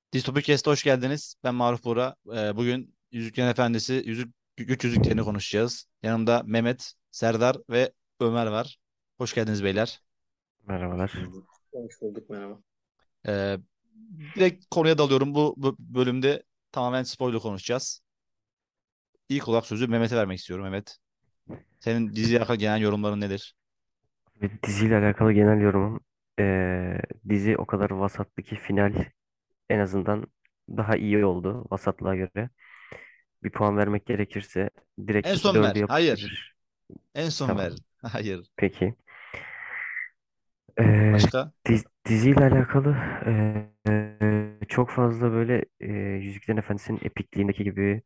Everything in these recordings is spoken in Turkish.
Distopik Kest'e hoş geldiniz. Ben Maruf Bora. Bugün Yüzüklerin Efendisi, Güç Yüzüklerini konuşacağız. Yanımda Mehmet, Serdar ve Ömer var. Hoş geldiniz beyler. Merhabalar. Hoş bulduk. Hoş bulduk, merhaba. Ee, Direkt konuya dalıyorum. Bu bölümde tamamen spoiler konuşacağız. İlk olarak sözü Mehmet'e vermek istiyorum. Mehmet, senin diziye alakalı genel yorumların nedir? Ve diziyle alakalı genel yorumum dizi o kadar vasattı ki final en azından daha iyi oldu vasatlığa göre. Bir puan vermek gerekirse En direkt son dördü ver. Hayır. yapıştırır. En son ver. Tamam. Hayır. Peki. Eee, Başka? diziyle alakalı çok fazla böyle Yüzüklerin Efendisi'nin epikliğindeki gibi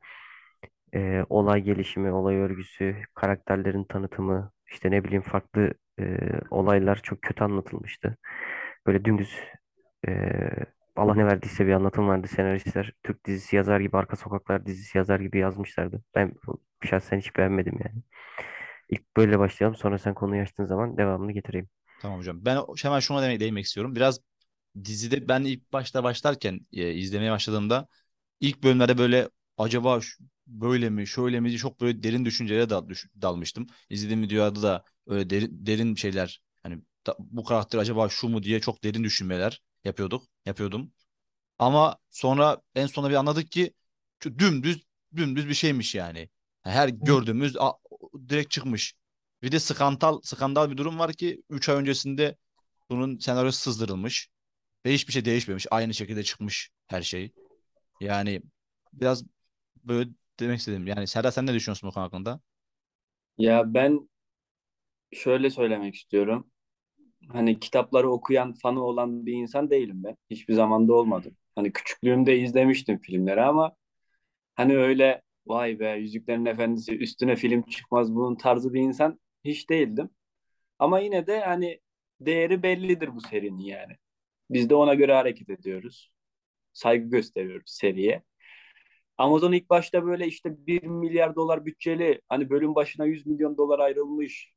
olay gelişimi, olay örgüsü, karakterlerin tanıtımı, işte ne bileyim farklı olaylar çok kötü anlatılmıştı. Böyle dümdüz e, Allah ne verdiyse bir anlatım vardı. Senaristler Türk dizisi yazar gibi, Arka Sokaklar dizisi yazar gibi yazmışlardı. Ben şahsen hiç beğenmedim yani. İlk böyle başlayalım, sonra sen konuyu açtığın zaman devamını getireyim. Tamam hocam. Ben hemen şuna değinmek istiyorum. Biraz dizide ben ilk başta başlarken izlemeye başladığımda ilk bölümlerde böyle acaba böyle mi şöyle mi diye çok böyle derin düşüncelere dalmıştım. İzlediğim videolarda da öyle derin şeyler hani bu karakter acaba şu mu diye çok derin düşünmeler yapıyordum. Ama sonra en sonunda bir anladık ki dümdüz bir şeymiş yani. Her gördüğümüz direkt çıkmış. Bir de skandal bir durum var ki 3 ay öncesinde bunun senaryosu sızdırılmış ve hiçbir şey değişmemiş. Aynı şekilde çıkmış her şey. Yani biraz böyle demek istedim. Yani Serdar sen ne düşünüyorsun bu konu hakkında? Ya ben şöyle söylemek istiyorum. Hani kitapları okuyan, fanı olan bir insan değilim ben. Hiçbir zamanda olmadım. Hani küçüklüğümde izlemiştim filmleri ama hani öyle vay be Yüzüklerin Efendisi üstüne film çıkmaz bunun tarzı bir insan hiç değildim. Ama yine de hani değeri bellidir bu serinin yani. Biz de ona göre hareket ediyoruz. Saygı gösteriyoruz seriye. Amazon ilk başta böyle işte 1 milyar dolar bütçeli hani bölüm başına 100 milyon dolar ayrılmış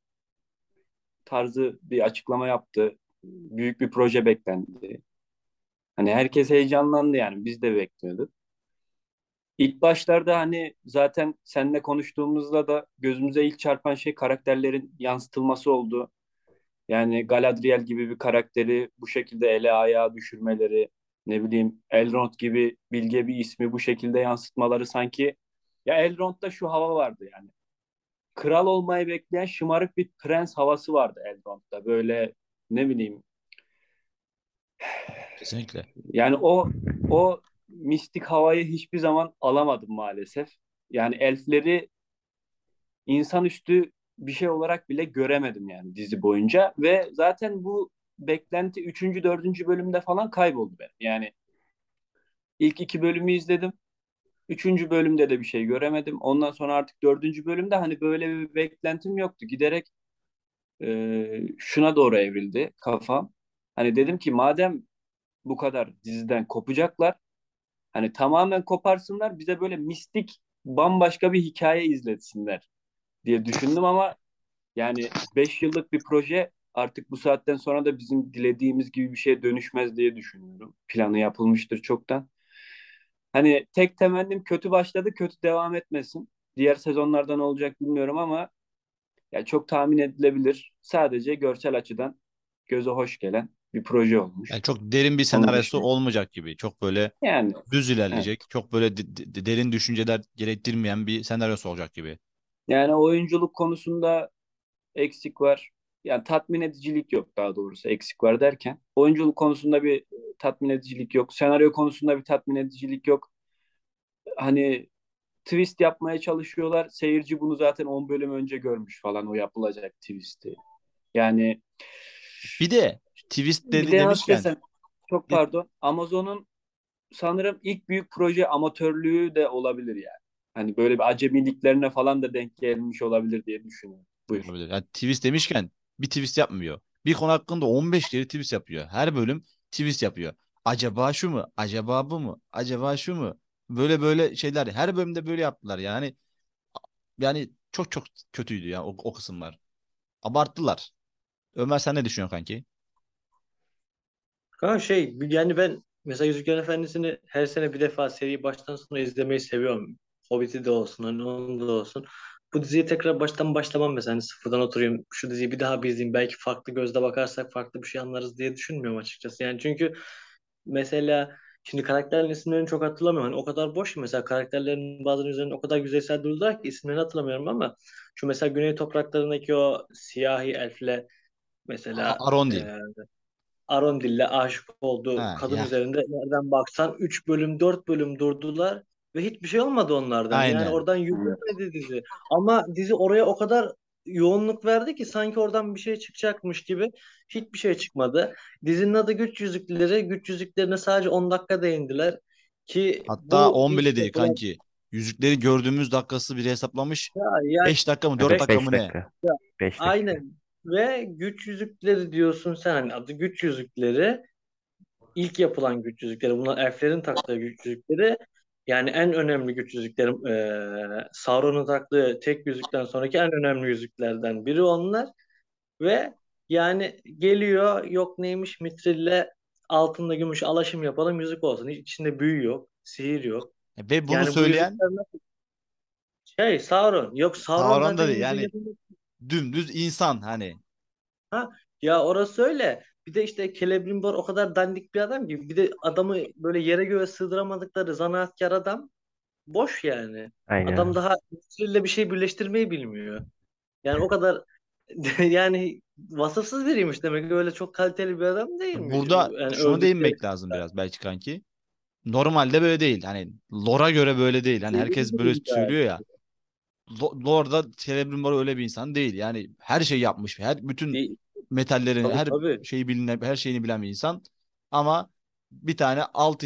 tarzı bir açıklama yaptı. Büyük bir proje beklendi. Hani herkes heyecanlandı yani biz de bekliyorduk. İlk başlarda hani zaten seninle konuştuğumuzda da gözümüze ilk çarpan şey karakterlerin yansıtılması oldu. Yani Galadriel gibi bir karakteri bu şekilde ele ayağa düşürmeleri, ne bileyim Elrond gibi bilge bir ismi bu şekilde yansıtmaları sanki ya Elrond'da şu hava vardı yani. Kral olmayı bekleyen şımarık bir prens havası vardı Elrond'da. Böyle ne bileyim Kesinlikle. yani o mistik havayı hiçbir zaman alamadım maalesef. Yani elfleri insanüstü bir şey olarak bile göremedim yani dizi boyunca ve zaten bu beklenti üçüncü dördüncü bölümde falan kayboldu benim. Yani ilk 2 bölümü izledim. Üçüncü bölümde de bir şey göremedim. Ondan sonra artık dördüncü bölümde hani böyle bir beklentim yoktu. Giderek şuna doğru evrildi kafam. Hani dedim ki madem bu kadar diziden kopacaklar, hani tamamen koparsınlar, bize böyle mistik bambaşka bir hikaye izletsinler diye düşündüm ama yani 5 yıllık bir proje artık bu saatten sonra da bizim dilediğimiz gibi bir şeye dönüşmez diye düşünüyorum. Planı yapılmıştır çoktan. Hani tek temennim kötü başladı, kötü devam etmesin. Diğer sezonlardan olacak bilmiyorum ama ya çok tahmin edilebilir. Sadece görsel açıdan göze hoş gelen bir proje Yani olmuş. çok derin bir Onun senaryosu dışında. olmayacak gibi. Çok böyle Yani düz evet. ilerleyecek. Çok böyle derin düşünceler gerektirmeyen bir senaryosu olacak gibi. Yani oyunculuk konusunda eksik var. Yani tatmin edicilik yok daha doğrusu eksik var derken. Oyunculuk konusunda bir tatmin edicilik yok. Senaryo konusunda bir tatmin edicilik yok. Hani twist yapmaya çalışıyorlar. Seyirci bunu zaten 10 bölüm önce görmüş falan o yapılacak twist'i. Yani Bir de twist bir de nasıl demişken desem çok bir- pardon Amazon'un sanırım ilk büyük proje amatörlüğü de olabilir yani. Hani böyle bir acemiliklerine falan da denk gelmiş olabilir diye düşünüyorum. Buyur. olabilir. Yani twist demişken bir twist yapmıyor. Bir konu hakkında 15 kere twist yapıyor. Her bölüm twist yapıyor. Acaba şu mu? Acaba bu mu? Acaba şu mu? Böyle böyle şeyler. Her bölümde böyle yaptılar. Yani çok kötüydü ya o kısımlar. Abarttılar. Ömer sen ne düşünüyorsun kanki? Kanka yani ben mesela Yüzüklerin Efendisi'ni her sene bir defa seriyi baştan sona izlemeyi seviyorum. Hobbit'i de olsun, hani onun da olsun. Bu diziyi tekrar baştan başlamam mesela. Hani sıfırdan oturayım, şu diziyi bir daha bir izleyeyim. Belki farklı gözle bakarsak farklı bir şey anlarız diye düşünmüyorum açıkçası. Yani çünkü mesela şimdi karakterlerin isimlerini çok hatırlamıyorum. Hani o kadar boş ki mesela karakterlerin bazılarının üzerinde o kadar yüzeysel durdular ki isimlerini hatırlamıyorum ama şu mesela Güney Toprakları'ndaki o siyahi elfle mesela Arondil. Arondil'le aşık olduğu Ha kadın ya. üzerinde nereden baksan 3 bölüm 4 bölüm durdular ve hiçbir şey olmadı onlardan. Yani Aynen. oradan Evet. yürümedi dizi. Ama dizi oraya o kadar yoğunluk verdi ki sanki oradan bir şey çıkacakmış gibi hiçbir şey çıkmadı. Dizinin adı Güç Yüzükleri. Güç Yüzüklerine sadece 10 dakika değindiler ki Hatta bu 10 ilk bile değil yapılan kanki. Yüzükleri gördüğümüz dakikası biri hesaplamış. ya 5 dakika mı Ha, 4 dakika 5 mı ne? dakika. 5 dakika. aynen ve Güç Yüzükleri diyorsun sen hani adı Güç Yüzükleri. İlk yapılan güç yüzükleri, bunlar elflerin taktığı güç yüzükleri. Yani en önemli güç yüzükleri, Sauron'un taktığı tek yüzükten sonraki en önemli yüzüklerden biri onlar. Ve yani geliyor yok neymiş mitrille altınla gümüş alaşım yapalım yüzük olsun. Hiç içinde büyü yok, sihir yok. Ve bunu Yani bu söyleyen yüzükler nasıl? Şey Sauron. Yok Sauron Sauron zaten da değil. yüzüğü Yani yapıyor. dümdüz insan hani. Ha, ya orası öyle. Bir de işte Celebrimbor o kadar dandik bir adam ki. Bir de adamı böyle yere göğe sığdıramadıkları zanaatkar adam. Boş yani. Adam Aynen. daha endüstriyle bir şey birleştirmeyi bilmiyor. Yani o kadar yani vasıfsız biriymiş demek ki öyle çok kaliteli bir adam değilmiş. Burada Yani şunu öldükleri değinmek lazım biraz belki kanki. Normalde böyle değil. Hani lore'a göre böyle değil. Hani herkes böyle söylüyor ya. Lore'da Celebrimbor öyle bir insan değil. Yani her şeyi yapmış. Bütün değil. metallerin Tabii her tabii. şeyi bilinen, her şeyini bilen bir insan. Ama bir tane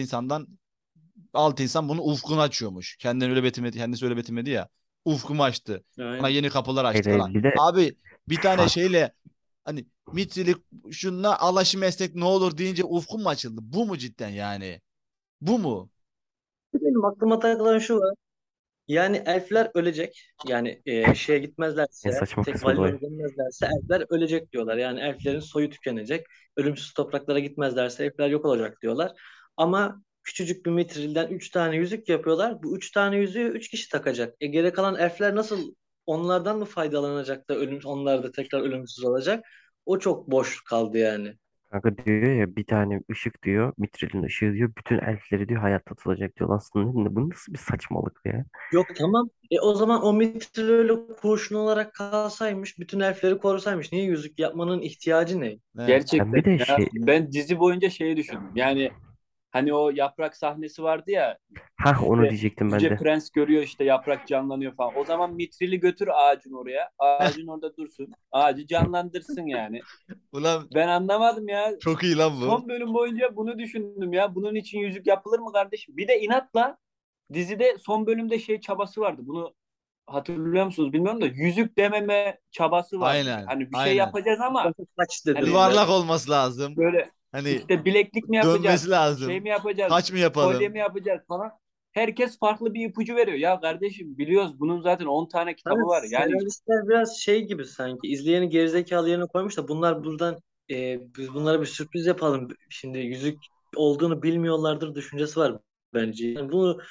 alt insan bunu ufkunu açıyormuş. Kendisi öyle betimledi ya. Ufkumu açtı. Bana Yani, yeni kapılar Hayır, açtı falan. hayır. Bir de Abi bir tane fark şeyle hani mitrilik şunla alaşı meslek ne olur deyince ufkum mu açıldı? Bu mu cidden yani? Bu mu? benim aklıma takılan şu var. Yani elfler ölecek. Yani şeye en gitmezlerse, saçma tek kısmı da o. Valinor'a dönmezlerse elfler ölecek diyorlar. Yani elflerin soyu tükenecek. Ölümsüz topraklara gitmezlerse elfler yok olacak diyorlar. Ama küçücük bir mitrilden 3 tane yüzük yapıyorlar. Bu 3 tane yüzüğü 3 kişi takacak. Geri kalan elfler nasıl onlardan mı faydalanacak da onlar da tekrar ölümsüz olacak? O çok boş kaldı yani. Kanka diyor ya bir tane ışık diyor. Mitril'in ışığı diyor. Bütün elfleri diyor hayatta tutacak diyor. Aslında bu nasıl bir saçmalık ya? Yok tamam. O zaman o mitril öyle kurşun olarak kalsaymış, bütün elfleri korusaymış. Niye yüzük yapmanın ihtiyacı ne? Ne? Ben bir Gerçekten de ya, şey, ben dizi boyunca şeyi düşündüm. Yani hani o yaprak sahnesi vardı ya, onu işte diyecektim ben Yüce de. Prens görüyor, işte yaprak canlanıyor falan. O zaman Mitril'i götür ağacın oraya. Ağacın orada dursun. Ağacı canlandırsın yani. Ulan Ben anlamadım ya. çok iyi lan bu. Son bölüm boyunca bunu düşündüm ya. Bunun için yüzük yapılır mı kardeşim? Bir de inatla dizide son bölümde şey çabası vardı. Bunu hatırlıyor musunuz bilmiyorum da, yüzük dememe çabası vardı. Aynen. Hani bir şey Aynen. yapacağız ama Kaç hani dediler. Yuvarlak olması lazım. böyle Hani işte bileklik mi dönmesi yapacağız? Şey lazım. mi yapacağız? Taç mı Kolye yapalım? mi yapacağız falan. Herkes farklı bir ipucu veriyor. Ya kardeşim biliyoruz, bunun zaten 10 tane Hani kitabı var. Yani senaristler biraz şey gibi sanki izleyeni gerizekalı yerine koymuş da bunlar buradan biz bunlara bir sürpriz yapalım. Şimdi yüzük olduğunu bilmiyorlardır düşüncesi var bence. Yani bunu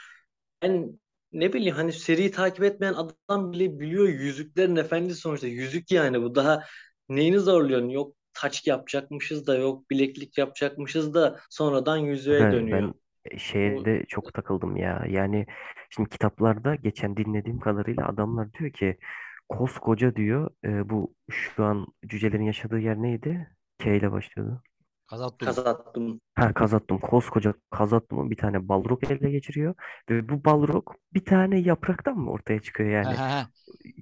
ben ne bileyim hani seriyi takip etmeyen adam bile biliyor Yüzüklerin Efendisi sonuçta yüzük yani bu daha neyini zorluyorsun yok taç yapacakmışız da yok bileklik yapacakmışız da sonradan yüzüğe Kanka dönüyor. ben şeye Bu de çok takıldım ya. Yani şimdi kitaplarda geçen dinlediğim kadarıyla adamlar diyor ki koskoca diyor bu şu an cücelerin yaşadığı yer neydi? K ile başlıyordu. Kazattım. kazattım. Ha, Kazattum. Koskoca Kazattum'un bir tane Balrog ele geçiriyor. Ve bu Balrog bir tane yapraktan mı ortaya çıkıyor He yani? he he.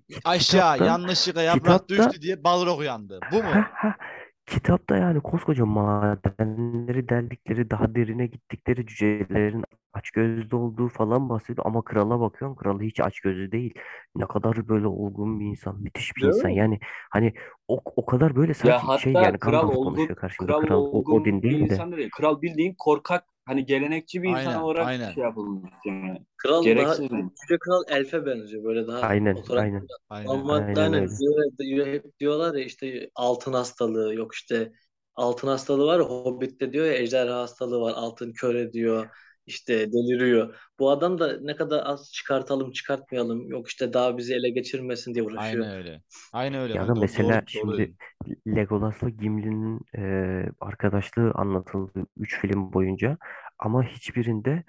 Aşağı Kitapta yanlışlıkla yaprak kitapta düştü diye Balrog uyandı. Bu ha mu? ha kitapta yani koskoca madenleri deldikleri, daha derine gittikleri cücelerin açgözlü olduğu falan bahsediyor ama krala bakıyorsun, kral hiç açgözlü değil. Ne kadar böyle olgun bir insan, müthiş bir Değil insan. mi? Yani hani o kadar böyle ya sanki şey hatta yani Gandalf konuşuyor karşında, kral kral Odin olgun bir değil de. insan da değil. Kral bildiğin korkak, hani gelenekçi bir insan Aynen. olarak Aynen. şey yapılmış yani. Kral daha Gereksiz bir. Yüce Kral Elf'e benziyor böyle daha Aynen, oturaklı. aynen, Aynen. Normalde aynen aynen öyle. hep diyorlar ya işte altın hastalığı yok işte altın hastalığı var ya, Hobbit'te diyor ya, ejderha hastalığı var, altın kör ediyor, işte deliriyor. Bu adam da ne kadar az çıkartalım çıkartmayalım, yok işte daha bizi ele geçirmesin diye Aynen uğraşıyor. öyle. Aynen öyle Ya da kanka. Doğru mesela doğru şimdi dedin. Legolas'la Gimli'nin arkadaşlığı anlatıldı 3 film boyunca ama hiçbirinde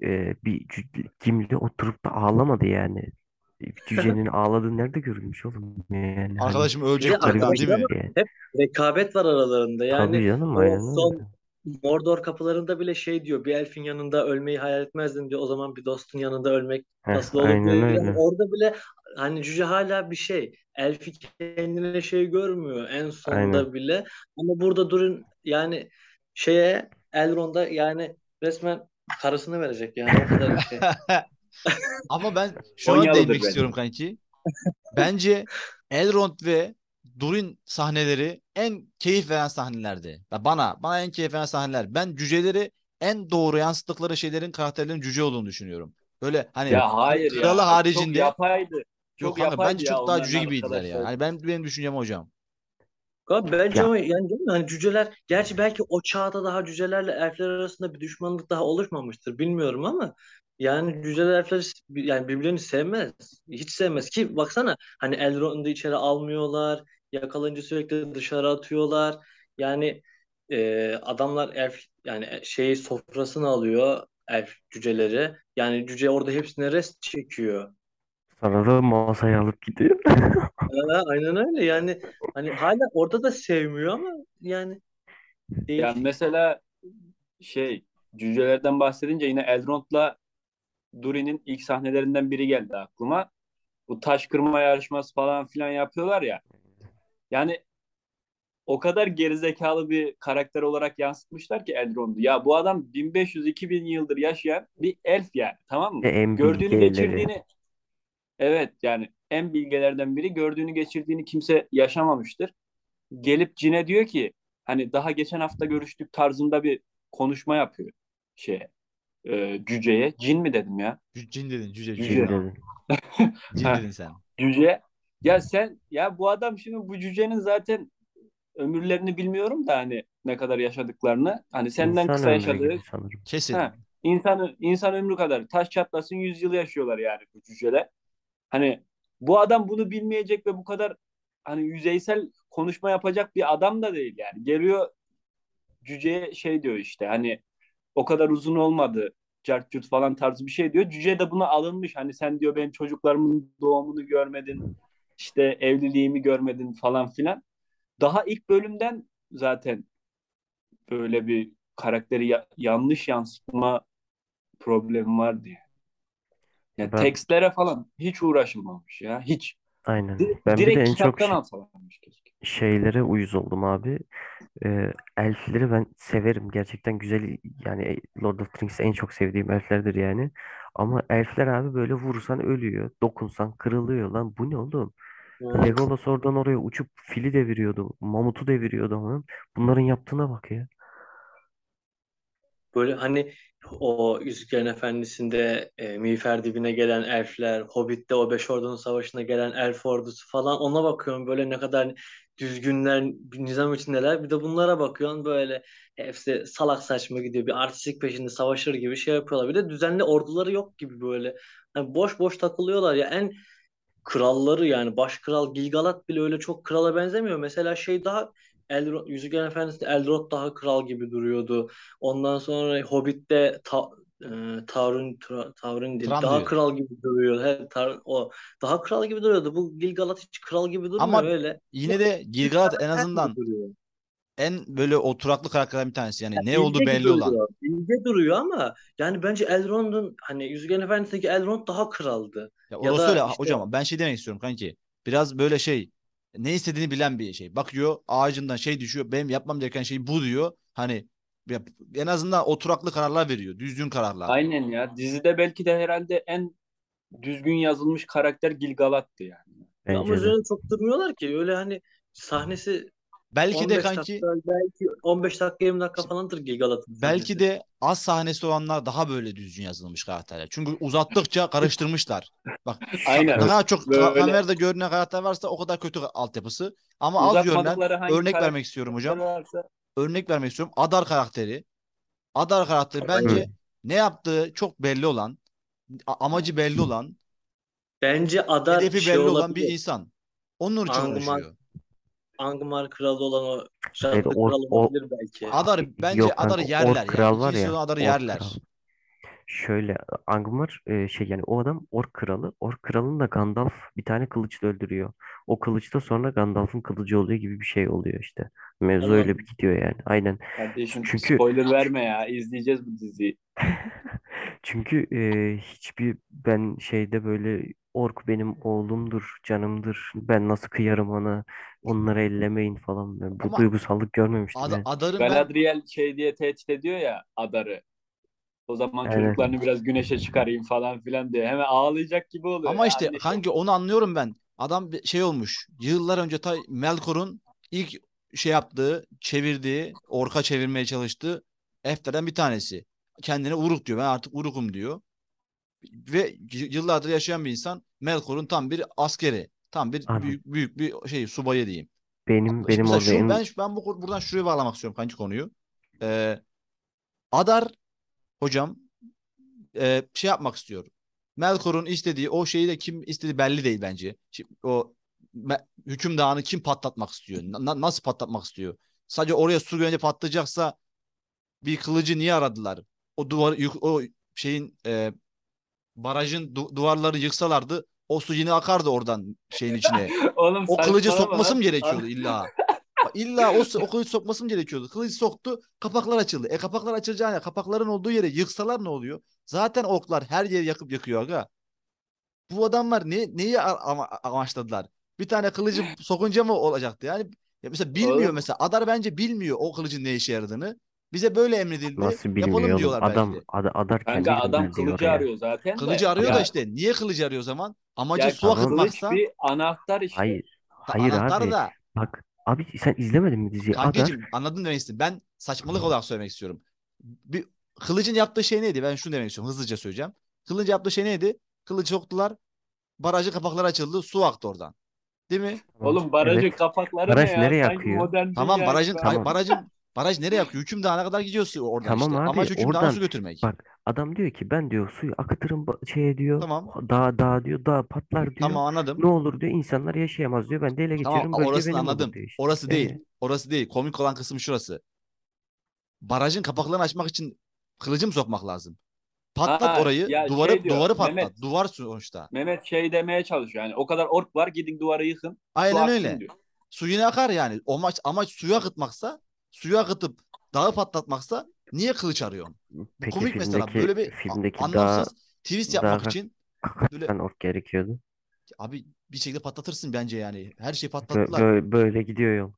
Gimli oturup da ağlamadı yani. Cüce'nin ağladığı nerede görülmüş oğlum yani hani Arkadaşım Bir de ölecek diyordun değil garibime arkadaşlar mi? gitti yani. hep rekabet var aralarında. Tabii Yani canım o aynen öyle. son Mordor kapılarında bile şey diyor. Bir elfin yanında ölmeyi hayal etmezdim diyor. O zaman bir dostun yanında ölmek Heh, nasıl olur diyor. aynen Yani öyle. orada bile hani cüce hala bir şey. Elfi kendine şey görmüyor en Aynen. sonunda bile. Ama burada durun yani şeye, Elrond'a yani resmen karısını verecek yani, o kadar şey. Ama ben şuna Konyalıdır değinmek bence. istiyorum kanki. Bence Elrond ve Durin sahneleri en keyif veren sahnelerdi. Ya bana en keyif veren sahneler. Ben cüceleri en doğru yansıttıkları şeylerin karakterlerin cüce olduğunu düşünüyorum. Böyle hani Ya hayır kralı ya. Çok haricinde yapaydı. yok Çok kanka yapaydı bence ya çok daha onların cüce gibiydiler ya. arkadaşları. Hani benim düşüncem hocam. Abi bence Ya o yani değil mi? Hani cüceler, gerçi belki o çağda daha cücelerle elfler arasında bir düşmanlık daha oluşmamıştır bilmiyorum ama yani cüceler elfler yani birbirlerini sevmez. Hiç sevmez ki baksana, hani Elrond'u içeri almıyorlar. Yakalayınca sürekli dışarı atıyorlar. Yani adamlar elf yani şeyi sofrasını alıyor elf cüceleri. Yani cüce orada hepsine rest çekiyor. sonra da masaya alıp gidiyor. Aynen öyle yani, hani hala orada da sevmiyor ama yani Ya değişik. mesela şey, cücelerden bahsedince yine Elrond'la Durin'in ilk sahnelerinden biri geldi aklıma. Bu taş kırma yarışması falan filan yapıyorlar ya. Yani o kadar gerizekalı bir karakter olarak yansıtmışlar ki Elrond'u. Ya bu adam 1500-2000 yıldır yaşayan bir elf yani, tamam mı? Ve en Gördüğünü bilgeleri. geçirdiğini, evet yani en bilgelerden biri, gördüğünü geçirdiğini kimse yaşamamıştır. Gelip Cin'e diyor ki hani daha geçen hafta görüştük tarzında bir konuşma yapıyor şeye, cüceye. Cin mi dedim ya? Cin dedin cüce Cüce. Cin tamam. dedin. Cin Ha, dedin sen. cüce. Ya sen, ya bu adam şimdi, bu cücenin zaten ömürlerini bilmiyorum da hani ne kadar yaşadıklarını. Hani senden İnsan kısa ömrü yaşadığı, gibi sanırım. ha, Kesin. insan ömrü kadar, taş çatlasın 100 yıl yaşıyorlar yani bu cüceler. Hani bu adam bunu bilmeyecek ve bu kadar hani yüzeysel konuşma yapacak bir adam da değil yani. Geliyor cüceye şey diyor işte, hani o kadar uzun olmadı, cart curt falan tarzı bir şey diyor. Cüce de buna alınmış. Hani sen diyor benim çocuklarımın doğumunu görmedin, işte evliliğimi görmedin falan filan. Daha ilk bölümden zaten böyle bir karakteri yanlış yansıtma problemi var diye. Yani Ben tekstlere falan hiç uğraşılmamış ya. Hiç. aynen. Ben bir de Direkt en çok kitaptan alsalarmış keşke. şeylere uyuz oldum abi. Elfleri ben severim. Gerçekten güzel yani Lord of the Rings en çok sevdiğim elflerdir yani. Ama elfler abi böyle vursan ölüyor. Dokunsan kırılıyor lan. Bu ne oğlum? Legolas oradan oraya uçup fili deviriyordu. Mamutu deviriyordu ama. Bunların yaptığına bak ya. Böyle hani o Yüzüklerin Efendisi'nde Miğfer dibine gelen elfler, Hobbit'te o Beş Ordu'nun Savaşı'na gelen elf ordusu falan, ona bakıyorum böyle ne kadar düzgünler, bir nizam içindeler. Bir de bunlara bakıyorsun böyle hepsi salak saçma gidiyor. Bir artistik peşinde savaşır gibi şey yapıyorlar. Bir de düzenli orduları yok gibi böyle. Hani boş boş takılıyorlar ya. En kralları yani baş kral Gilgalad bile öyle çok krala benzemiyor. Mesela şey daha Yüzüklerin Efendisi'nde Elrond daha kral gibi duruyordu. Ondan sonra Hobbit'te Taurin değil, daha Thranduil. kral gibi duruyor. O daha kral gibi duruyordu. Bu Gilgalad hiç kral gibi durmuyor Ama öyle. yine de Gil-galad en Karakter gibi azından duruyor. en böyle oturaklı karakterlerden bir tanesi. Yani ne olduğu İlge belli olan. duruyor. İlge duruyor ama yani bence Elrond'un, hani Yüzüklerin Efendisi'ndeki Elrond daha kraldı. Ya Ya orası öyle da işte hocam. Ben şey demek istiyorum kanki. Biraz böyle şey, ne istediğini bilen bir şey. Bakıyor ağacından şey düşüyor. Benim yapmam gereken şey bu diyor. Hani en azından oturaklı kararlar veriyor. Düzgün kararlar. Aynen ya. Dizide belki de herhalde en düzgün yazılmış karakter Gil-galad'tı yani. ama Bence de. üzerine çok durmuyorlar ki. Öyle hani sahnesi Belki de 15 dakika, kanki belki 15 dakika 20 dakika işte falandır Gilgalad'ın belki sahnesi. de az sahnesi olanlar daha böyle düzgün yazılmış karakterler. Çünkü uzattıkça karıştırmışlar. Bak ne Aynen. kadar çok Böyle kamerada görünen karakter varsa o kadar kötü altyapısı. Ama az görünen uzatmadıkları hangi örnek vermek istiyorum karakter hocam. varsa. örnek vermek istiyorum. Adar karakteri. Adar karakteri Aynen. Hı. bence ne yaptığı çok belli olan, amacı belli olan, Bence Adar hedefi şey belli olan bir olabilir. insan. Onun için Angmar, uğraşıyor. Angmar kralı olan o Hayır, cadı kral olabilir belki. Adar bence yok Adar'ı kanka, yerler Ork ya. kral var İkinci ya, sezon Adar'ı Ork kral. yerler. Şöyle, Angmar şey, yani o adam Ork kralı. Ork kralını da Gandalf bir tane kılıçla öldürüyor. O kılıç da sonra Gandalf'ın kılıcı oluyor gibi bir şey oluyor işte. Mevzu Allah öyle bir Allah. gidiyor yani. Aynen. Kardeşim Çünkü spoiler verme ya. İzleyeceğiz bu diziyi. çünkü hiçbir, ben şeyde böyle Ork benim oğlumdur, canımdır. Ben nasıl kıyarım ona? Onları ellemeyin falan. Ben bu Ama duygusallık görmemiştim yani. Adar'ın ben Galadriel şey diye tehdit ediyor ya Adar'ı. O zaman Aynen. çocuklarını biraz güneşe çıkarayım falan filan diye. Hemen ağlayacak gibi oluyor ama ya. işte Aynı şey. kanki onu anlıyorum ben. Adam bir şey olmuş. Yıllar önce Melkor'un ilk şey yaptığı, çevirdiği, orka çevirmeye çalıştığı elflerden bir tanesi. Kendine Uruk diyor. Ben artık Uruk'um diyor. Ve yıllardır yaşayan bir insan Melkor'un tam bir askeri. Tam bir Abi, büyük bir şey subayı diyeyim. benim Mesela orada şu en ben buradan şuraya bağlamak istiyorum kanki konuyu. Ee, Adar hocam şey yapmak istiyor. Melkor'un istediği o şeyi de kim istediği belli değil bence. Şimdi, o hükümdarını kim patlatmak istiyor? Nasıl patlatmak istiyor? Sadece oraya su görünce patlayacaksa bir kılıcı niye aradılar? O duvar o şeyin barajın duvarları yıksalardı o su yine akardı oradan şeyin içine. Oğlum O kılıcı saçmalama sokması mı lan. gerekiyordu illa? Bak, İlla o kılıcı sokması mı gerekiyordu? Kılıcı soktu, kapaklar açıldı. Kapaklar açılacağına kapakların olduğu yere yıksalar ne oluyor? Zaten oklar her yeri yakıp yakıyor aga. Bu adamlar neyi amaçladılar? Bir tane kılıcı sokunca mı olacaktı? Yani ya mesela bilmiyor Oğlum mesela. Adar bence bilmiyor o kılıcın ne işe yaradığını. Bize böyle emredildi. nasıl bilmiyor Yapalım oğlum? diyorlar belki de. Adar kanka kendi adam gönderdiği kılıcı oraya. arıyor zaten Kılıcı de. arıyor da Ya işte. Niye kılıcı arıyor o zaman? Amacı ya su Tamam. kılıç akıtmaksa bir anahtar işte. Hayır. Hayır anahtar abi. da Bak abi, sen izlemedin mi diziyi? Adar kankacığım anladın demek istedim. Ben saçmalık olarak söylemek istiyorum. Bir, kılıcın yaptığı şey neydi? Ben şunu demek istiyorum. Hızlıca söyleyeceğim. Kılıcın yaptığı şey neydi? Kılıcı soktular. Barajın kapakları açıldı. Su aktı oradan. Değil mi? tamam. Oğlum barajın Evet. kapakları ne Baraj ya? nereye Sanki akıyor? modern Tamam dünya gibi ha. Tamam. baraj nereye akıyor? Hükümdar'a kadar gidiyorsun oradan Tamam işte. abi, Amaç hükümdar'a oradan su götürmek. bak, adam diyor ki ben diyor suyu akıtırım, şeye diyor, Tamam. dağ diyor, dağ patlar diyor, Tamam anladım. ne olur diyor, insanlar yaşayamaz diyor, ben de ele Tamam geçiririm, bölge orasını benim olur anladım. diyor işte. Orası değil. Orası değil. Komik olan kısım şurası. Barajın kapaklarını açmak için kılıcı mı sokmak lazım? Patlat Ha orayı. ya şey diyor Duvarı Mehmet. patlat. Duvar sonuçta. Mehmet şey demeye çalışıyor. Yani o kadar ork var gidin duvarı yıkın. Su Aynen aksın öyle. diyor. Su yine akar yani. Amaç suyu akıtmaksa, suyu akıtıp dağı patlatmaksa niye kılıç arıyorsun? Bu Peki komik mesela. Böyle bir filmdeki anlamsız twist yapmak daha için böyle kaç ork gerekiyordu? abi bir şekilde patlatırsın bence yani. Her şeyi patlattılar. Böyle gidiyor yol.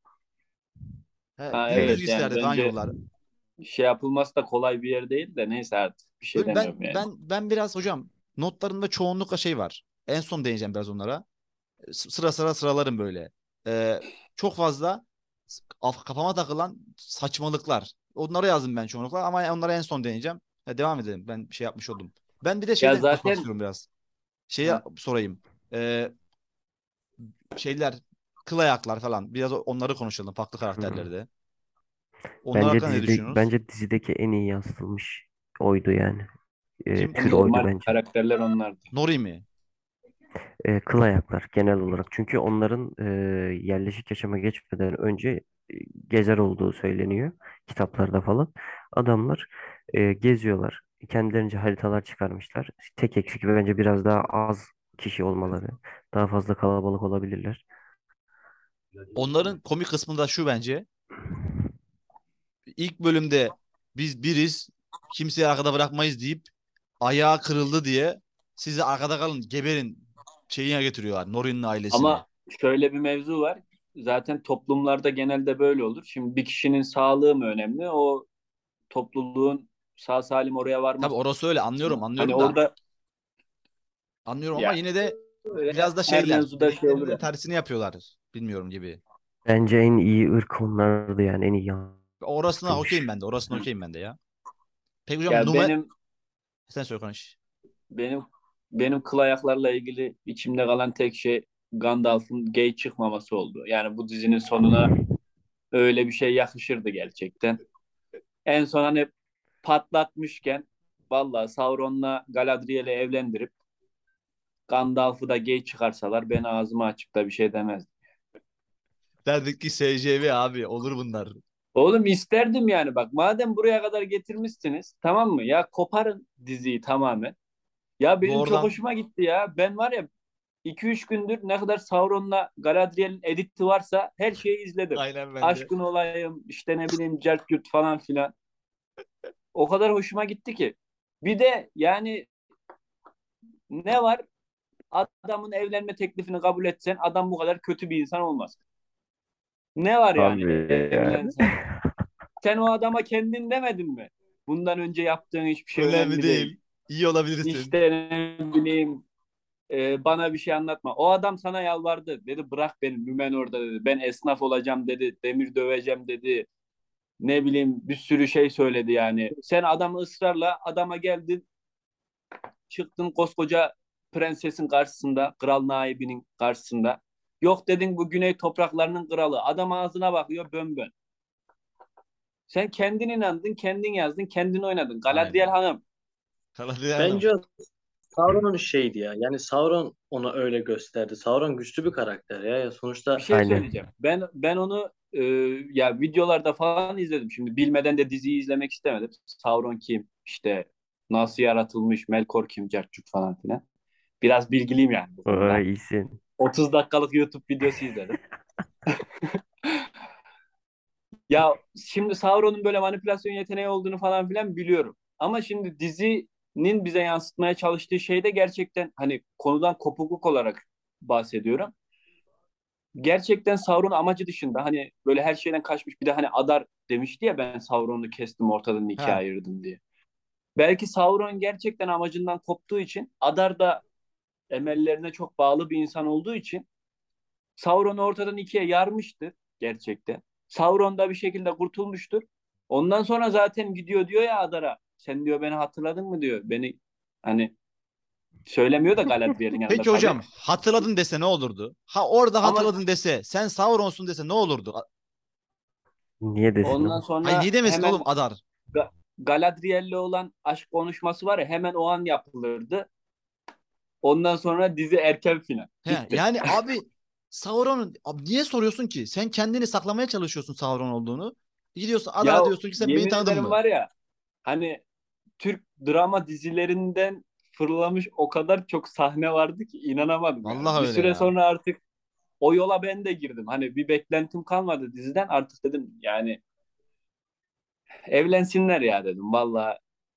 He, Ha dümdüz evet yani gitselerdi falan bence yollar. şey yapılması da kolay bir yer değil de neyse artık bir şey Böyle demiyorum yani. ben biraz hocam notlarımda çoğunlukla şey var. En son değineceğim biraz onlara. Sıra sıralarım böyle. Ee, çok fazla kafama takılan saçmalıklar. Onları yazdım ben çoğunlukla ama onlara en son değineceğim. Devam edelim. Ben bir şey yapmış oldum. Ben bir de Ya şeyden konuşmak zaten istiyorum biraz. Şeye ha, sorayım. Ee, şeyler, kıl ayaklar falan. Biraz onları konuşalım. Farklı Hı. karakterleri de. Onlar hakkında ne düşünüyorsunuz? Bence dizideki en iyi yansıtılmış oydu yani. Kim Tür kim? oydu normal bence. karakterler onlardı. Nori mi? Kıl ayaklar genel olarak. Çünkü onların yerleşik yaşama geçmeden önce gezer olduğu söyleniyor. Kitaplarda falan. Adamlar geziyorlar. Kendilerince haritalar çıkarmışlar. Tek eksik bence biraz daha az kişi olmaları. Daha fazla kalabalık olabilirler. Onların komik kısmında şu bence. İlk bölümde biz biriz, kimseyi arkada bırakmayız deyip ayağı kırıldı diye sizi arkada kalın, geberin şeyine getiriyorlar. Nori'nin ailesini. Ama şöyle bir mevzu var. Zaten toplumlarda genelde böyle olur. Şimdi bir kişinin sağlığı mı önemli? O topluluğun sağ salim oraya Tabii varması orası öyle mı? Hani anlıyorum da orada ama ya yine de biraz da her şeyler mevzuda şey olur dediklerinin ya. tersini yapıyorlar. Bilmiyorum gibi. Bence en iyi ırk onlardı yani, en iyi Orasına okeyim yansıtılmış. ben de. Orasına okeyim ben de ya. Peki hocam Ya sen söyle konuş. benim benim kıl ayaklarla ilgili içimde kalan tek şey Gandalf'ın gay çıkmaması oldu. Yani bu dizinin sonuna Öyle bir şey yakışırdı gerçekten. En son hani patlatmışken vallahi Sauron'la Galadriel'i evlendirip Gandalf'ı da gay çıkarsalar ben ağzımı açıp da bir şey demezdim. Derdik ki SCV abi olur bunlar. Oğlum isterdim yani, bak madem buraya kadar getirmişsiniz, tamam mı? Ya koparın diziyi tamamen. Ya benim çok Doğrudan. hoşuma gitti ya. Ben var ya, 2-3 gündür ne kadar Sauron'la Galadriel'in editi varsa her şeyi izledim. Aynen ben de. Aşkın Olayım, işte ne bileyim Cert Curt falan filan. O kadar hoşuma gitti ki. Bir de yani ne var? Adamın evlenme teklifini kabul etsen adam bu kadar kötü bir insan olmaz. Ne var yani Abi yani. evlensen? Sen o adama kendin demedin mi? Bundan önce yaptığın hiçbir şey Önemli önemli değil. değil. İyi olabilirsin. İşte ne bileyim, bana bir şey anlatma. O adam sana yalvardı. Dedi bırak beni Númenor'da dedi. Ben esnaf olacağım dedi. Demir döveceğim dedi. Ne bileyim bir sürü şey söyledi yani. Sen adamı ısrarla adama geldin. Çıktın koskoca prensesin karşısında. Kral naibinin karşısında. Yok dedin bu güney topraklarının kralı. Adam ağzına bakıyor bön bön. Sen kendin inandın, kendin yazdın, kendin oynadın. Galadriel Aynen. Hanım. Kaladin Hanım. Bence Sauron şeydi ya. Yani Sauron ona öyle gösterdi. Sauron güçlü bir karakter ya. Ya Bir sonuçta şey Aynen. söyleyeceğim. Ben onu ya videolarda falan izledim. Şimdi bilmeden de diziyi izlemek istemedim. Sauron kim? İşte nasıl yaratılmış? Melkor kim? Cerçuk falan filan. Biraz bilgiliyim yani bu Aa, konuda. iyisin. 30 dakikalık YouTube videosu izledim. Ya şimdi Sauron'un böyle manipülasyon yeteneği olduğunu falan filan biliyorum. Ama şimdi dizinin bize yansıtmaya çalıştığı şey de gerçekten hani konudan kopukluk olarak bahsediyorum. Gerçekten Sauron amacı dışında hani böyle her şeyden kaçmış, bir de hani Adar demişti ya ben Sauron'u kestim ortadan ikiye Ha. ayırdım diye. Belki Sauron gerçekten amacından koptuğu için, Adar da emellerine çok bağlı bir insan olduğu için Sauron'u ortadan ikiye yarmıştır gerçekten. Sauron da bir şekilde kurtulmuştur. Ondan sonra zaten gidiyor diyor ya Adar'a. Sen diyor beni hatırladın mı diyor. Beni hani söylemiyor da Galadriel'in yanında Peki tabii. hocam hatırladın dese ne olurdu? Ha orada Ama hatırladın dese sen Sauron'sun dese ne olurdu? Niye desin ondan o? Hayır sonra niye demesin oğlum hemen Adar? Galadriel'le olan aşk konuşması var ya, hemen o an yapılırdı. Ondan sonra dizi erken final. He, Bitti. yani abi Sauron'un abi niye soruyorsun ki? Sen kendini saklamaya çalışıyorsun Sauron olduğunu. Gidiyorsun Ya Adar'a diyorsun ki sen beni yemin tanıdın ederim mı? var ya, hani Türk drama dizilerinden fırlamış o kadar çok sahne vardı ki inanamadım yani. Vallahi Bir öyle süre ya. sonra artık o yola ben de girdim. Hani bir beklentim kalmadı diziden. Artık dedim yani evlensinler ya dedim. Vallahi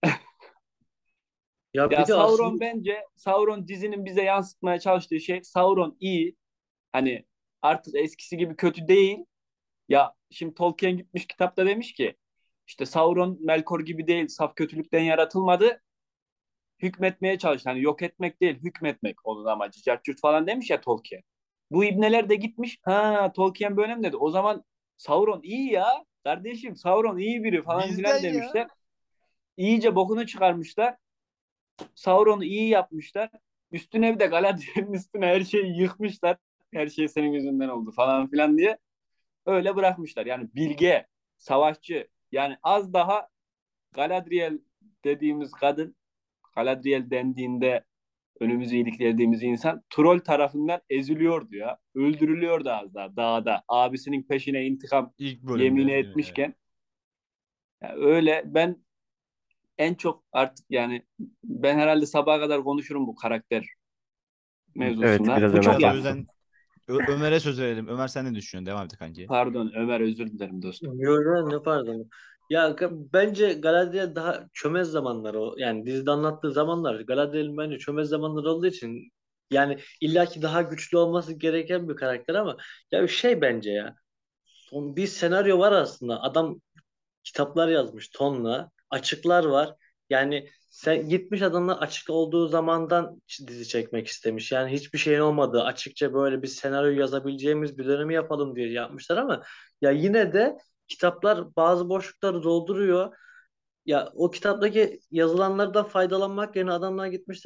ya ya bir de aslında Sauron, bence Sauron dizinin bize yansıtmaya çalıştığı şey, Sauron iyi. Hani artık eskisi gibi kötü değil. Ya şimdi Tolkien gitmiş kitapta demiş ki işte Sauron Melkor gibi değil, saf kötülükten yaratılmadı. Hükmetmeye çalıştı. Hani yok etmek değil, hükmetmek onun amacı. Cart falan demiş ya Tolkien. Bu ibneler de gitmiş. Ha Tolkien böyle mi dedi? O zaman Sauron iyi ya. Kardeşim Sauron iyi biri falan Bizden filan ya. demişler. İyice bokunu çıkarmışlar. Sauron'u iyi yapmışlar. Üstüne bir de Galadriel'in üstüne her şeyi yıkmışlar. Her şey senin yüzünden oldu falan filan diye. Öyle bırakmışlar. Yani bilge, savaşçı. Yani az daha Galadriel dediğimiz kadın, Galadriel dendiğinde önümüzü iliklediğimiz insan troll tarafından eziliyordu ya. Öldürülüyordu az daha dağda. Abisinin peşine intikam İlk yemini bölümde değil mi? Evet. etmişken. Yani öyle ben en çok artık yani ben herhalde sabaha kadar konuşurum bu karakter Evet, mevzusunda. biraz Bu çok Ömer Biraz o konuşsun. yansın. yüzden Ömer'e söz verelim. Ömer sen ne düşünüyorsun? Devam et kanki. Pardon Ömer, özür dilerim dostum. Yo, ne pardon. Ya bence Galadriel daha çömez zamanlar o. Yani dizide anlattığı zamanlar Galadriel'in bence çömez zamanlar olduğu için yani illaki daha güçlü olması gereken bir karakter ama ya şey bence ya bir senaryo var aslında. Adam kitaplar yazmış tonla. Açıklar var. Yani sen gitmiş adamlar açık olduğu zamandan dizi çekmek istemiş. Yani hiçbir şeyin olmadığı açıkça böyle bir senaryo yazabileceğimiz bir dönemi yapalım diye yapmışlar ama ya yine de kitaplar bazı boşlukları dolduruyor. Ya o kitaptaki yazılanlardan faydalanmak yerine adamlar gitmişler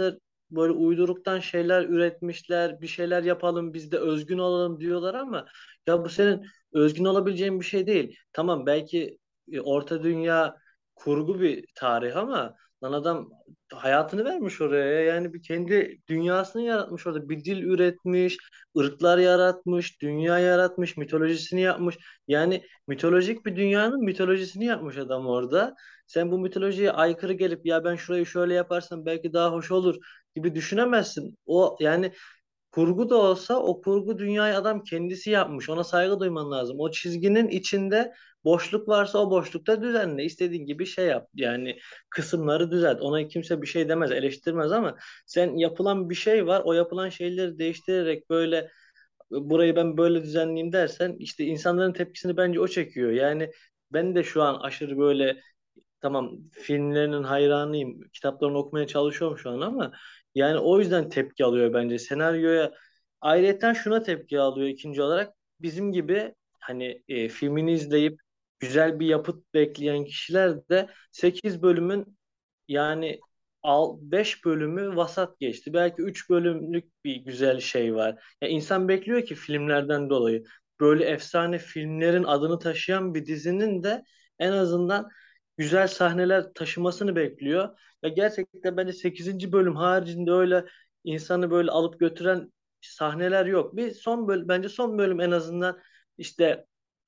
böyle uyduruktan şeyler üretmişler. Bir şeyler yapalım biz de özgün olalım diyorlar ama ya bu senin özgün olabileceğin bir şey değil. Tamam belki Orta Dünya kurgu bir tarih ama lan adam hayatını vermiş oraya. Yani bir kendi dünyasını yaratmış orada. Bir dil üretmiş, ırklar yaratmış, dünya yaratmış, mitolojisini yapmış. Yani mitolojik bir dünyanın mitolojisini yapmış adam orada. Sen bu mitolojiye aykırı gelip ya ben şurayı şöyle yaparsam belki daha hoş olur gibi düşünemezsin. O yani kurgu da olsa o kurgu dünyayı adam kendisi yapmış. Ona saygı duyman lazım. O çizginin içinde boşluk varsa o boşlukta düzenle. İstediğin gibi şey yap. Yani kısımları düzelt. Ona kimse bir şey demez, eleştirmez ama sen yapılan bir şey var. O yapılan şeyleri değiştirerek böyle burayı ben böyle düzenleyeyim dersen işte insanların tepkisini bence o çekiyor. Yani ben de şu an aşırı böyle tamam filmlerinin hayranıyım. Kitaplarını okumaya çalışıyorum şu an ama yani o yüzden tepki alıyor bence. Senaryoya ayrıyeten şuna tepki alıyor ikinci olarak. Bizim gibi hani filmini izleyip güzel bir yapıt bekleyen kişiler de 8 bölümün yani 5 bölümü vasat geçti. Belki 3 bölümlük bir güzel şey var. Ya insan bekliyor ki filmlerden dolayı böyle efsane filmlerin adını taşıyan bir dizinin de en azından güzel sahneler taşımasını bekliyor. Ya gerçekten bence 8. bölüm haricinde öyle insanı böyle alıp götüren sahneler yok. Bir son bölüm bence son bölüm en azından işte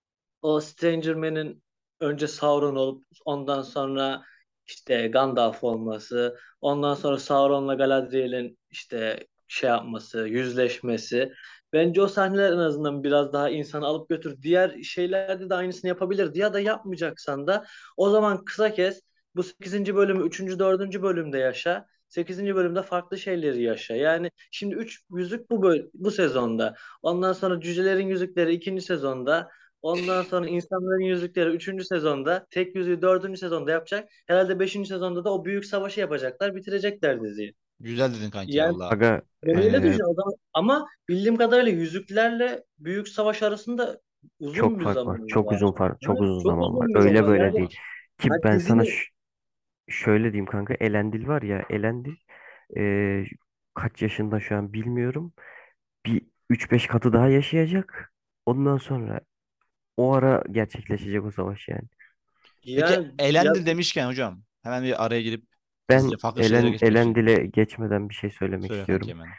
o Stranger Man'in önce Sauron olup ondan sonra işte Gandalf olması, ondan sonra Sauron'la Galadriel'in işte şey yapması, yüzleşmesi. Bence o sahneler en azından biraz daha insanı alıp götür. Diğer şeylerde de aynısını yapabilirdi ya da yapmayacaksan da o zaman kısa kes. Bu 8. bölümü üçüncü dördüncü bölümde yaşa. 8. bölümde farklı şeyleri yaşa. Yani şimdi 3 yüzük bu sezonda. Ondan sonra Cücelerin Yüzükleri ikinci sezonda. Ondan sonra İnsanların Yüzükleri üçüncü sezonda, Tek Yüzüğü dördüncü sezonda yapacak. Herhalde beşinci sezonda da o büyük savaşı yapacaklar, bitirecekler diziyi. Güzel dedin kanki Yani valla. Aga ben öyle düşünüyorum. O zaman, ama bildiğim kadarıyla yüzüklerle büyük savaş arasında uzun çok bir fark var. zaman Çok var. uzun fark. Ha, Çok uzun çok zaman var. uzun bir Öyle zaman. böyle Yani değil. Ki ha, ben sana dizinin şöyle diyeyim kanka. Elendil var ya. Elendil e, kaç yaşında şu an bilmiyorum. Bir 3-5 katı daha yaşayacak. Ondan sonra o ara gerçekleşecek o savaş yani. Peki yani ya Elendil demişken hocam hemen bir araya girip Ben hızlıca farklı şeylere geçmek için Elendil'e geçmeden bir şey söylemek söyle kanki istiyorum. hemen.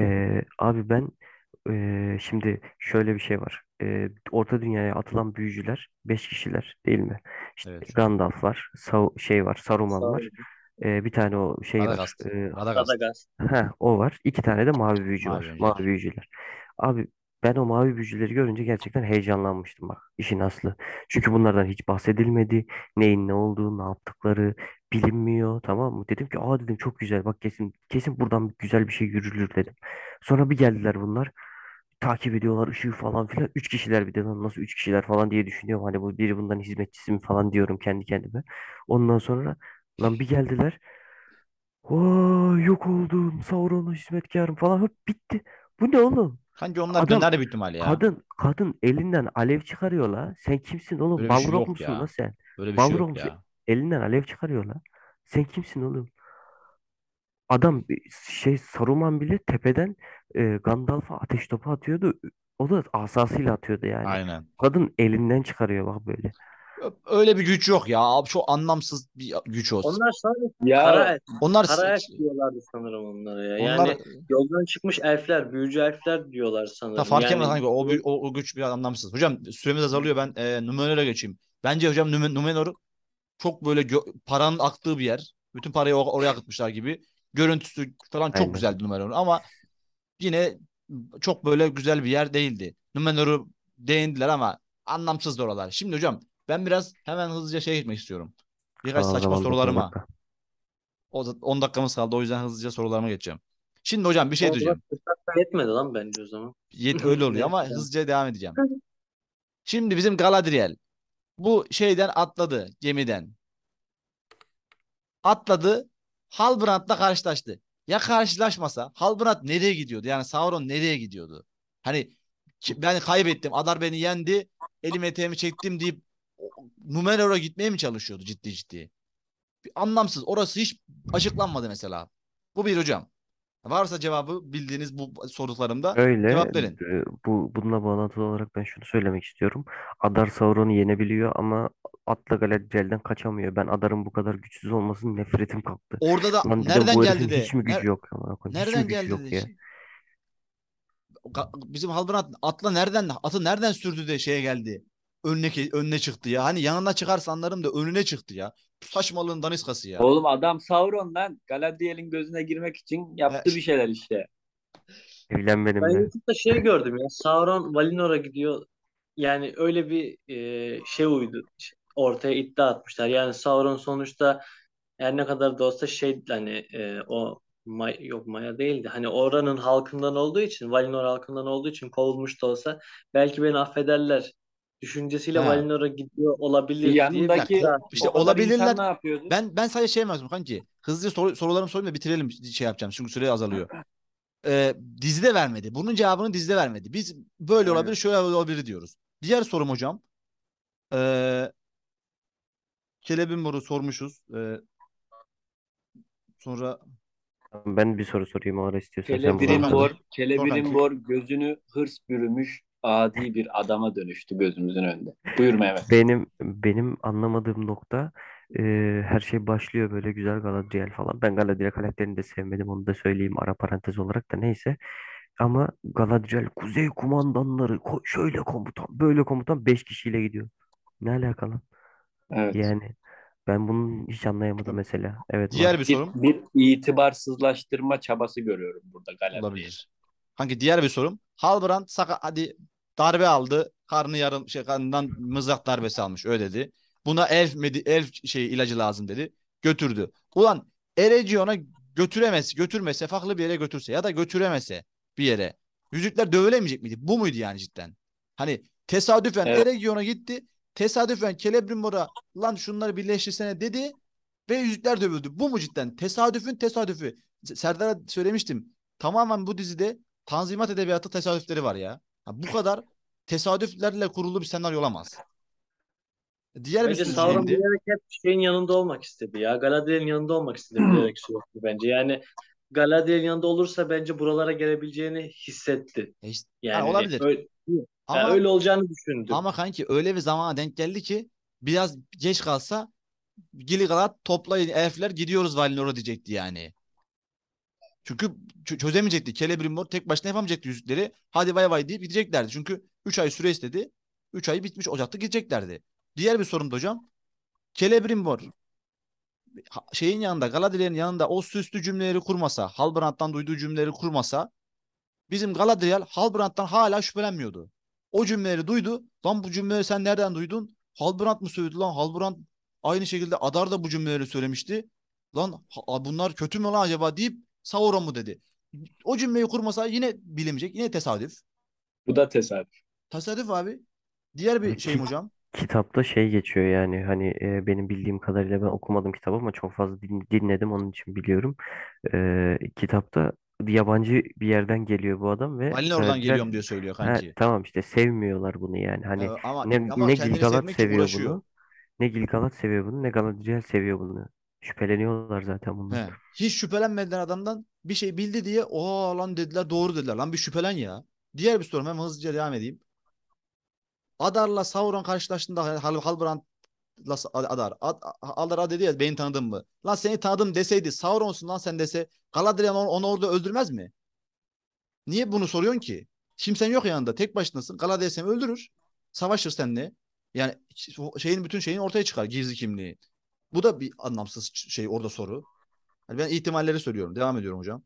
Abi ben şimdi şöyle bir şey var. Orta Dünya'ya atılan büyücüler 5 kişiler değil mi? İşte Evet. Gandalf var, şey var, Saruman var. Sauron, Bir tane o şey var. Radagast. Radagast. Radagast. O var. İki tane de mavi büyücü Mavi var. Mavi öncüler. büyücüler. Abi ben o mavi büyücüleri görünce gerçekten heyecanlanmıştım bak işin aslı. Çünkü bunlardan hiç bahsedilmedi. Neyin ne olduğu, ne yaptıkları bilinmiyor, tamam mı? Dedim ki dedim çok güzel bak kesin kesin buradan güzel bir şey yürülür dedim. Sonra bir geldiler bunlar. Takip ediyorlar ışığı falan filan. Üç kişiler bir de lan nasıl üç kişiler falan diye düşünüyorum. Hani bu biri bundan hizmetçisi mi falan diyorum kendi kendime. Ondan sonra lan bir geldiler. Yok oldum. Sauron'a hizmetkarım falan. Hop bitti. Bu ne oğlum? Kanki onlar Adam döner de büyük ihtimalle ya. kadın elinden alev çıkarıyor la. Sen kimsin oğlum? Böyle bir şey Balrog yok musun la ya. sen? Böyle bir şey Balrog yok musun? ya. Elinden alev çıkarıyor la. Sen kimsin oğlum? Adam şey Saruman bile tepeden Gandalf'a ateş topu atıyordu. O da asasıyla atıyordu yani. Aynen. Kadın elinden çıkarıyor bak böyle. Öyle bir güç yok ya. Abi çok anlamsız bir güç o. Onlar sadece Ya Onlar kara elf diyorlardı sanırım onlara ya. onlar Yani yoldan çıkmış elfler, büyücü elfler diyorlar ta sanırım. fark etmez Yani kanka o güç biraz anlamsız. Hocam süremiz azalıyor ben Numenor'a geçeyim. Bence hocam Numenor çok böyle paranın aktığı bir yer. Bütün parayı oraya akıtmışlar gibi. Görüntüsü falan çok Aynen. güzeldi Numenor ama yine çok böyle güzel bir yer değildi. Numenor'u değindiler ama anlamsızdı oralar. Şimdi hocam ben biraz hemen hızlıca gitmek istiyorum. Birkaç Kalan saçma zaman 9 sorularıma. dakika. O da 10 dakikamız kaldı o yüzden hızlıca sorularıma geçeceğim. Şimdi hocam bir şey o zaman diyeceğim. fırsat yetmedi lan bence o zaman. Öyle oluyor Neyse. ama hızlıca devam edeceğim. Şimdi bizim Galadriel bu şeyden atladı gemiden. Atladı. Halbrand'la karşılaştı. Ya karşılaşmasa Halbrand nereye gidiyordu? Yani Sauron nereye gidiyordu? Hani ben kaybettim. Adar beni yendi. Elim eteğimi çektim deyip Numenor'a gitmeye mi çalışıyordu ciddi ciddi? Bir anlamsız. Orası hiç açıklanmadı mesela. Bu bir hocam. Varsa cevabı bildiğiniz bu sorularımda Öyle cevap verin. bununla bağlantılı olarak ben şunu söylemek istiyorum. Adar Sauron'u yenebiliyor ama atla Galadriel'den kaçamıyor. Ben Adar'ın bu kadar güçsüz olmasının nefretim kalktı. Orada da Lan dedim nereden bu herifin geldi hiç de mi gücü yok amına koyayım? Hiç mi nereden gücü geldi yok de ya? bizim Halbernat atı nereden sürdü de şeye geldi. Önüne çıktı ya. Hani yanına çıkarsa anlarım da önüne çıktı ya. Bu saçmalığın daniskası ya. Oğlum adam Sauron lan. Galadriel'in gözüne girmek için E, yaptı bir şeyler işte. Evlen Ben benimle. YouTube'da şey gördüm ya. Sauron Valinor'a gidiyor. Yani öyle bir şey ortaya iddia atmışlar. Yani Sauron sonuçta her ne kadar da olsa şey hani yok Maya değildi. Hani oranın halkından olduğu için, Valinor halkından olduğu için kovulmuş da olsa belki beni affederler düşüncesiyle he. Valinor'a gidiyor olabilir diye bir Ya, Yanındaki iddia işte o atmışlar. kadar insan olabilirler. ne yapıyordu? Ben sadece şey yapmıyorum kanki. Hızlıca sorularımı sorayım da bitirelim şey yapacağım. Çünkü süre azalıyor. Dizide vermedi. Bunun cevabını dizide vermedi. Biz böyle olabilir, Aynen. şöyle olabilir diyoruz. Diğer sorum hocam. Ee, Kelebin Boru sormuşuz. Sonra Ben bir soru sorayım o ara istiyorsan sen bunu sor hatırla. Celebrimbor, kanki. Sor kanki. Celebrimbor gözünü hırs bürümüş adi bir adama dönüştü gözümüzün önünde. Buyur Mehmet. Benim anlamadığım nokta e, her şey başlıyor böyle güzel Galadriel falan. Ben Galadriel karakterini de sevmedim onu da söyleyeyim ara parantez olarak da neyse. Ama Galadriel Kuzey Kumandanları şöyle komutan böyle komutan 5 kişiyle gidiyor. Ne alakalı? Evet. Yani ben bunu hiç anlayamadım mesela. Evet Diğer bir var. Bir, sorum bir itibarsızlaştırma çabası görüyorum burada Galadriel. olabilir. Kanki diğer bir sorum. Halbrand hadi darbe aldı. Karnı yarım karnından mızrak darbesi almış öyle dedi. Buna elf şey ilacı lazım dedi. Götürdü. Ulan Eregiona götürmese farklı bir yere götürse ya da götüremese bir yere. Yüzükler dövülemeyecek miydi? Bu muydu yani cidden? Hani tesadüfen Evet. Eregion'a gitti. Tesadüfen Celebrimbor'a lan şunları birleştirsene dedi ve yüzükler dövüldü. Bu mu cidden? Tesadüfün tesadüfü. Serdar'a söylemiştim. Tamamen bu dizide Tanzimat edebiyatı tesadüfleri var ya. Ha, bu kadar tesadüflerle kurulu bir senaryo olamaz. Diğer bir Bence sürü Sauron şeydi. bilerek hep şeyin yanında olmak istedi ya. Galadriel'in yanında olmak istedi bilerek sürekli bence. Yani Galadriel'in yanında olursa bence buralara gelebileceğini hissetti. Ha, Yani olabilir. öyle, ya Ama öyle olacağını düşündü. kanki öyle bir zamana denk geldi ki biraz geç kalsa Gilgalad toplayın elfler gidiyoruz Valinor'a diyecekti yani. Çünkü çözemeyecekti. Celebrimbor tek başına yapamayacaktı yüzükleri. Hadi vay vay deyip gideceklerdi. Çünkü 3 ay süre istedi. 3 ay bitmiş Ocak'ta gideceklerdi. Diğer bir sorum da hocam. Celebrimbor şeyin yanında Galadriel'in yanında o süslü cümleleri kurmasa, Halbrand'dan duyduğu cümleleri kurmasa bizim Galadriel Halbrand'dan hala şüphelenmiyordu. O cümleleri duydu. Lan bu cümleleri sen nereden duydun? Halbrand mı söyledi lan? Halbrand aynı şekilde Adar da bu cümleleri söylemişti. Lan bunlar kötü mü lan acaba deyip Sauron mu dedi. O cümleyi kurmasa yine bilemeyecek. Yine tesadüf. Bu da tesadüf. Tesadüf abi. Diğer bir Abi şeyim hocam. kitapta şey geçiyor yani hani benim bildiğim kadarıyla ben okumadım kitabı ama çok fazla dinledim onun için biliyorum. Kitapta yabancı bir yerden geliyor bu adam ve Valinor'dan Galadriel geliyorum diye söylüyor ha, kanki. tamam işte sevmiyorlar bunu yani hani Ama ne kendini Gil-galad sevmek için seviyor uğraşıyor. bunu ne Gil-galad seviyor bunu ne Galadriel seviyor bunu. Şüpheleniyorlar zaten bundan. He. Hiç şüphelenmediler adamdan bir şey bildi diye o lan dediler doğru dediler. Lan bir şüphelen ya. Diğer bir sorum hemen hızlıca devam edeyim. Adar'la Sauron karşılaştığında Halbrand'la Adar dedi ya beni tanıdın mı? Lan seni tanıdım deseydi Sauron'sun lan sen dese Galadriel onu orada öldürmez mi? Niye bunu soruyorsun ki? Kimsen yok yanında tek başınasın. Galadriel seni öldürür. Savaşır seninle. Yani şeyin bütün şeyin ortaya çıkar gizli kimliği. Bu da bir anlamsız şey orada soru. Yani ben ihtimalleri söylüyorum. Devam ediyorum hocam.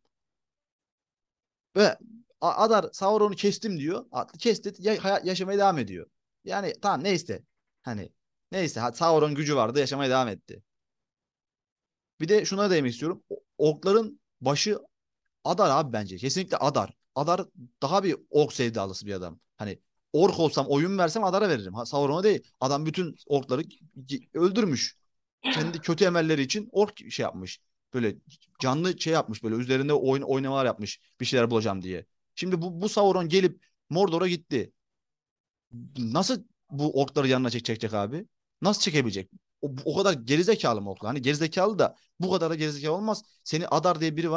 Ve Adar Sauron'u kestim diyor. Kesti yaşamaya devam ediyor. Yani tamam neyse. Hani neyse Sauron gücü vardı yaşamaya devam etti. Bir de şuna değinmek istiyorum. Orkların başı Adar abi bence. Kesinlikle Adar. Adar daha bir ork sevdalısı bir adam. Hani ork olsam oyun versem Adar'a veririm. Sauron'a değil. Adam bütün orkları öldürmüş. Kendi kötü emelleri için ork şey yapmış. Böyle canlı şey yapmış. Böyle üzerinde oynamalar yapmış. Bir şeyler bulacağım diye. Şimdi bu Sauron gelip Mordor'a gitti. Nasıl bu orkları yanına çekecek abi? Nasıl çekebilecek? O kadar gerizekalı mı orklar? Hani gerizekalı da bu kadar da gerizekalı olmaz. Seni Adar diye biri var.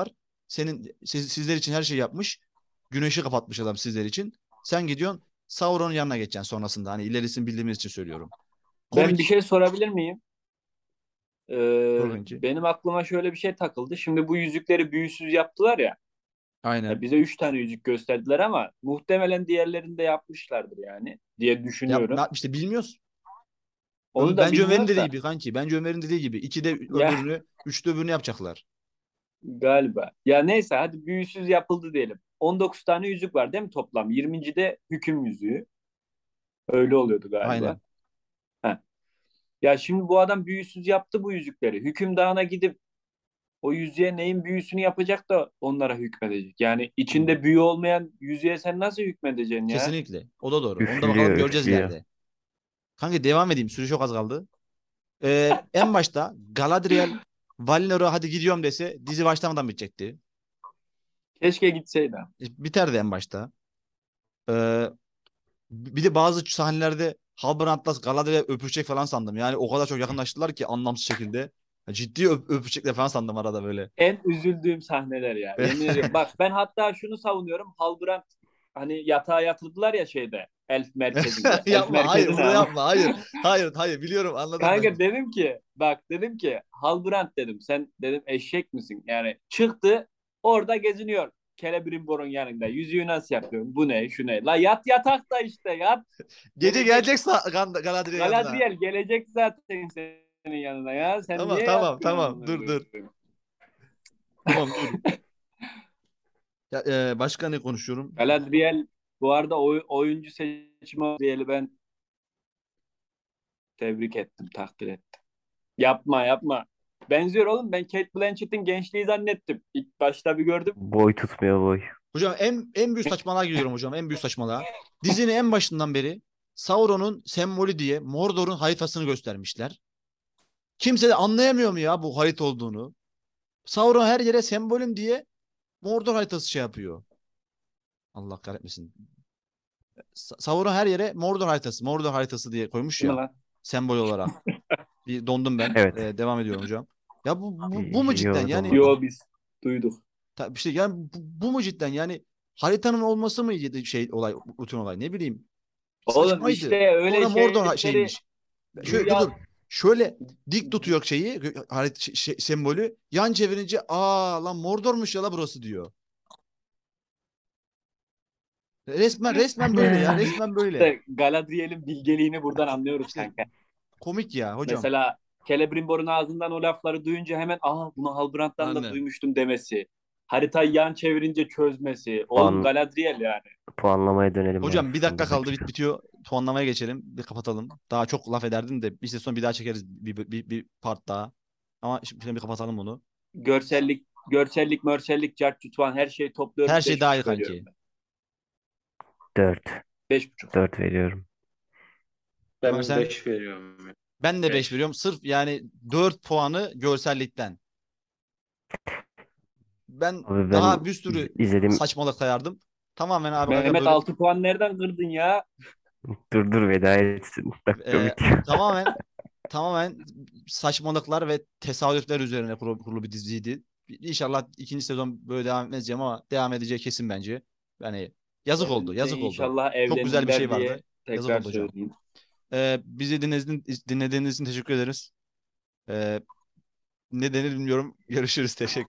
Sizler için her şey yapmış. Güneşi kapatmış adam sizler için. Sen gidiyorsun Sauron'un yanına geçeceksin sonrasında. Hani ilerisini bildiğimiz için söylüyorum. Ben bir Komik. şey sorabilir miyim? Sor kanki. Benim aklıma şöyle bir şey takıldı. Şimdi bu yüzükleri büyüsüz yaptılar ya. Ya Aynen. bize 3 tane yüzük gösterdiler ama muhtemelen diğerlerini de yapmışlardır yani diye düşünüyorum. İşte bilmiyoruz. Onu da Bence Ömer'in bilmiyoruz dediği da gibi kanki. Bence Ömer'in dediği gibi. 2'de ya öbürünü, 3'te öbürünü yapacaklar. galiba. Ya neyse hadi büyüsüz yapıldı diyelim. 19 tane yüzük var değil mi toplam? 20'de hüküm yüzüğü. Öyle oluyordu galiba. Aynen. Heh. Ya şimdi bu adam büyüsüz yaptı bu yüzükleri. Hükümdağına gidip o yüzüğe neyin büyüsünü yapacak da onlara hükmedecek. Yani içinde büyü olmayan yüzüğe sen nasıl hükmedeceksin ya? Kesinlikle. O da doğru. Onu da bakalım Üflüyor, göreceğiz üflüyor. ileride. Kanka devam edeyim. Süre çok az kaldı. En başta Galadriel Valinor'a hadi gidiyorum dese dizi başlamadan bitecekti. Keşke gitseydi. Biterdi en başta. Ee, Bir de bazı sahnelerde Halbrand'la Galadriel öpüşecek falan sandım. Yani o kadar çok yakınlaştılar ki anlamsız şekilde. Ciddi öpüşecekler falan sandım arada böyle. En üzüldüğüm sahneler ya. Yemin ediyorum. Bak ben hatta şunu savunuyorum. Halbrand hani yatağa yatırdılar ya şeyde. Elf merkezinde. Elf Yapma, hayır, merkezi ne burada ama? yapma, hayır. Hayır, hayır, biliyorum, anladım ben. Kanka dedim ki bak dedim ki Halbrand dedim sen dedim eşek misin? Yani çıktı orada geziniyor. Celebrimbor'un yanında. Yüzüğü nasıl yapıyorum? Bu ne? Şu ne? La yat yatakta işte yat. Gece Gelecek gelecek Galadriel yanına. Galadriel gelecek zaten senin yanına ya. Sen Tamam, niye tamam, yatmıyorsun tamam, amına dur, dur. koyayım? Tamam, dur. Ya, başka ne konuşuyorum? Galadriel bu arada oyuncu seçimi diyeli ben tebrik ettim, takdir ettim. Yapma yapma. Benziyor oğlum. Ben Cate Blanchett'in gençliği zannettim. İlk başta bir gördüm. Boy tutmuyor boy. Hocam en büyük saçmalığa giriyorum hocam. En büyük saçmalığa. Dizinin en başından beri Sauron'un sembolü diye Mordor'un haritasını göstermişler. Kimse de anlayamıyor mu ya bu harita olduğunu? Sauron her yere sembolüm diye Mordor haritası şey yapıyor. Allah kahretmesin. Sauron her yere Mordor haritası diye koymuş Değil mi ya lan? sembol olarak. Bir dondum ben. Evet. Devam ediyorum hocam. Ya bu mu cidden? Yordum Yani vurdum. Yo biz duyduk. işte yani bu mu cidden? Yani haritanın olması mı şey olay, rutin olay? Ne bileyim. Oğlum Saçmaydı. işte öyle Sonra Mordor şeyleri şeymiş. Şöyle dur güya dur. Şöyle dik tutuyor şeyi, sembolü. Yan çevirince aa lan Mordor'muş ya la burası diyor. Resmen böyle ya. Resmen böyle. işte Galadriel'in bilgeliğini buradan anlıyoruz İşte kanka. komik ya hocam. Mesela Celebrimbor'un ağzından o lafları duyunca hemen bunu Halbrand'dan da Aynen. duymuştum demesi. Haritayı yan çevirince çözmesi. Oğlum Puan, Galadriel yani. puanlamaya dönelim ya. Hocam bir dakika kaldı Buradaki. bitiyor. Puanlamaya geçelim. Bir kapatalım. Daha çok laf ederdim de bir sezon bir daha çekeriz. Bir part daha. Ama şimdi bir kapatalım bunu. Görsellik, mörsellik, cart tutman her şeyi Her topluyorum. şey Beş dahil buçuk veriyorum kanki. ben. 4. 5,5. 4 veriyorum. Ömer Ben sen? 5 veriyorum. Ben de 5 5. veriyorum. Sırf yani 4 puanı görsellikten. Ben Abi ben daha bir sürü izledim. saçmalık sayardım. Tamamen abi aga Mehmet böyle 6 puan nereden kırdın ya? Dur veda etsin. Dakika e, bitiyor. tamamen saçmalıklar ve tesadüfler üzerine kurulu bir diziydi. İnşallah ikinci sezon böyle devam etmez diyeceğim ama devam edeceği kesin bence. Yani yazık oldu, Ben de yazık oldu. inşallah Çok güzel bir şey evlenirler vardı. diye Yazık tekrar oldu hocam. söyleyeyim. Bizi dinlediğiniz için teşekkür ederiz. E, Ne denir bilmiyorum. Görüşürüz. Teşekkür